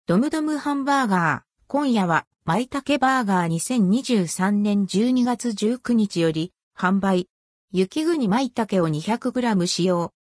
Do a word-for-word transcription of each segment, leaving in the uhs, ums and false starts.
ドムドムハンバーガー。今夜は、舞茸バーガーにせんにじゅうさんねんじゅうにがつじゅうくにちより、販売。雪国舞茸を にひゃくグラム 使用。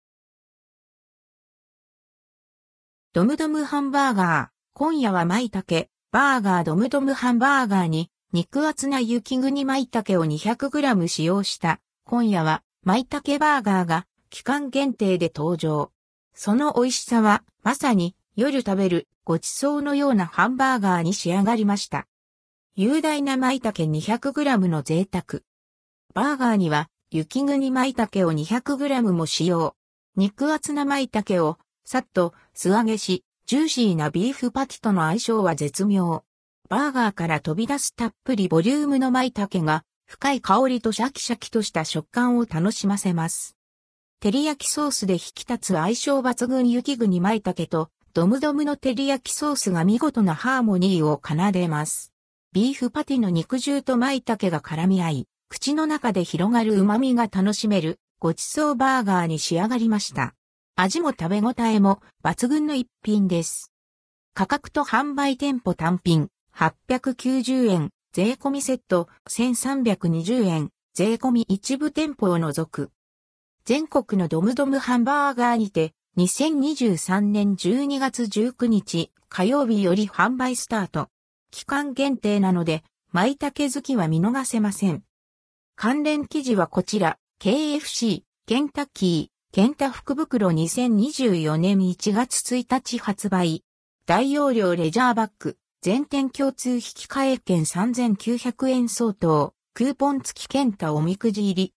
ドムドムハンバーガー。今夜は舞茸、バーガードムドムハンバーガーに、肉厚な雪国舞茸を にひゃくグラム 使用した。今夜は、舞茸バーガーが、期間限定で登場。その美味しさは、まさに、夜食べるごちそうのようなハンバーガーに仕上がりました。雄大な舞茸 にひゃくグラム の贅沢。バーガーには雪国舞茸を にひゃくグラム も使用。肉厚な舞茸をさっと素揚げし、ジューシーなビーフパティとの相性は絶妙。バーガーから飛び出すたっぷりボリュームの舞茸が深い香りとシャキシャキとした食感を楽しませます。照り焼きソースで引き立つ相性抜群雪国舞茸とドムドムの照り焼きソースが見事なハーモニーを奏でます。ビーフパティの肉汁と舞茸が絡み合い、口の中で広がる旨味が楽しめるごちそうバーガーに仕上がりました。味も食べ応えも抜群の一品です。価格と販売店舗単品はっぴゃくきゅうじゅうえん、税込みセットせんさんびゃくにじゅうえん、税込み一部店舗を除く。全国のドムドムハンバーガーにて、にせんにじゅうさんねんじゅうにがつじゅうくにち火曜日より販売スタート。期間限定なので、舞茸好きは見逃せません。関連記事はこちら、ケーエフシー、ケンタッキー、ケンタ福袋にせんにじゅうよねんいちがつついたち発売。大容量レジャーバッグ、全店共通引換券さんぜんきゅうひゃくえん相当、クーポン付きケンタおみくじ入り。